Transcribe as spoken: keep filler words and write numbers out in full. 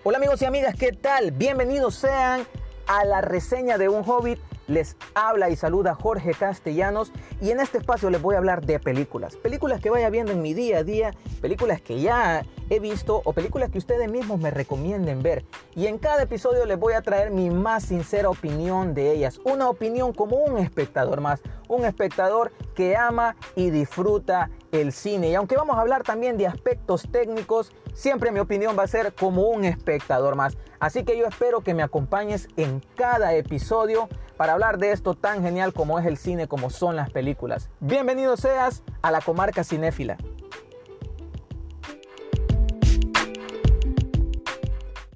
Hola amigos y amigas, ¿qué tal? Bienvenidos sean a la reseña de un Hobbit. Les habla y saluda Jorge Castellanos y en este espacio les voy a hablar de películas. Películas que vaya viendo en mi día a día, películas que ya he visto o películas que ustedes mismos me recomienden ver. Y en cada episodio les voy a traer mi más sincera opinión de ellas. Una opinión como un espectador más, un espectador que ama y disfruta el cine. Y aunque vamos a hablar también de aspectos técnicos, siempre mi opinión va a ser como un espectador más. Así que yo espero que me acompañes en cada episodio para hablar de esto tan genial como es el cine, como son las películas. Bienvenido seas a la comarca cinéfila.